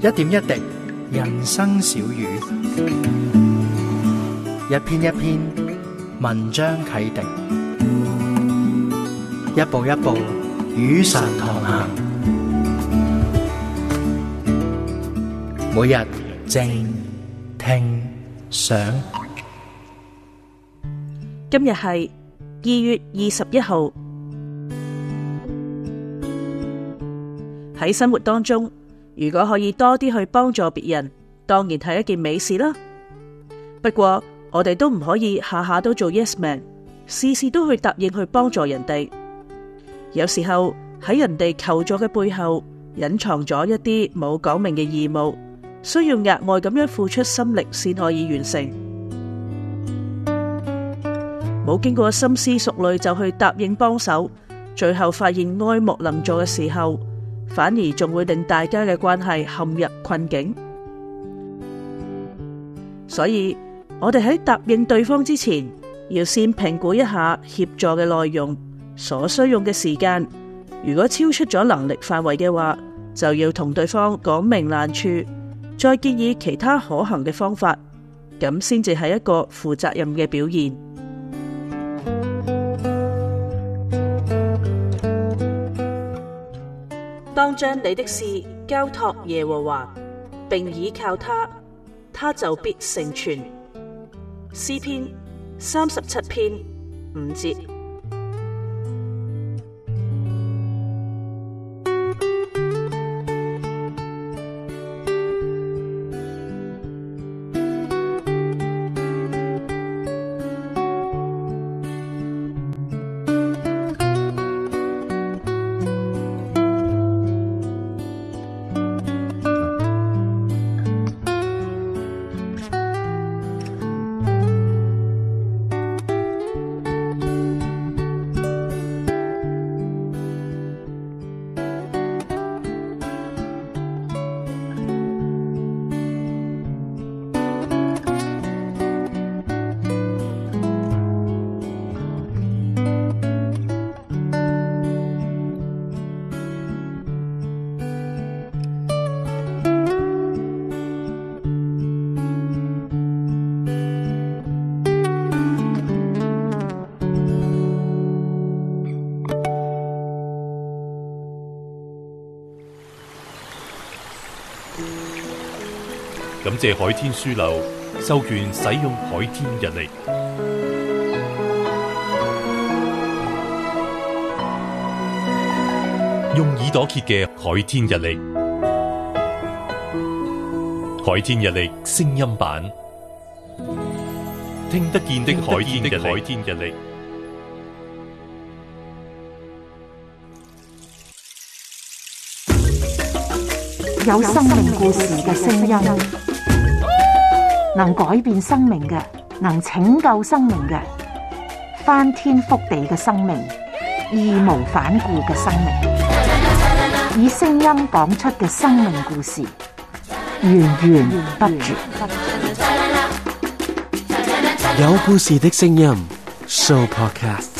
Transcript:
一點一滴，人生小語；一篇一篇，文章啟迪；一步一步，與神同行。每日靜聽想。 今日係2月21號。喺生活當中，如果可以多啲去幫助別人，當然係一件美事啦。不過我哋都唔可以下下都做 yes man， 事事都去答應去幫助人哋。有時候喺人哋求助嘅背後，隱藏咗一啲冇講明嘅義務，需要額外咁樣付出心力先可以完成。冇經過深思熟慮就去答應幫手，最後發現愛莫能助嘅時候，反而仲會令大家嘅關係陷入困境。所以我哋喺答應對方之前，要先評估一下協助嘅內容、所需用嘅時間。如果超出咗能力範圍嘅話，就要同對方講明難處，再建議其他可行嘅方法，咁先至係一個負責任嘅表現。當將你的事交託耶和華，並倚靠他，他就必成全。詩篇37篇5節。 感謝海天書樓授權使用海天日曆，用耳朵揭嘅海天日曆，海天日曆聲音版，聽得見的海天日曆。 有生命故事嘅聲音，能改變生命嘅，能拯救生命嘅，翻天覆地嘅生命，義無反顧嘅生命，以聲音講出嘅生命故事，源源不絕。 有故事的聲音 Show Podcast。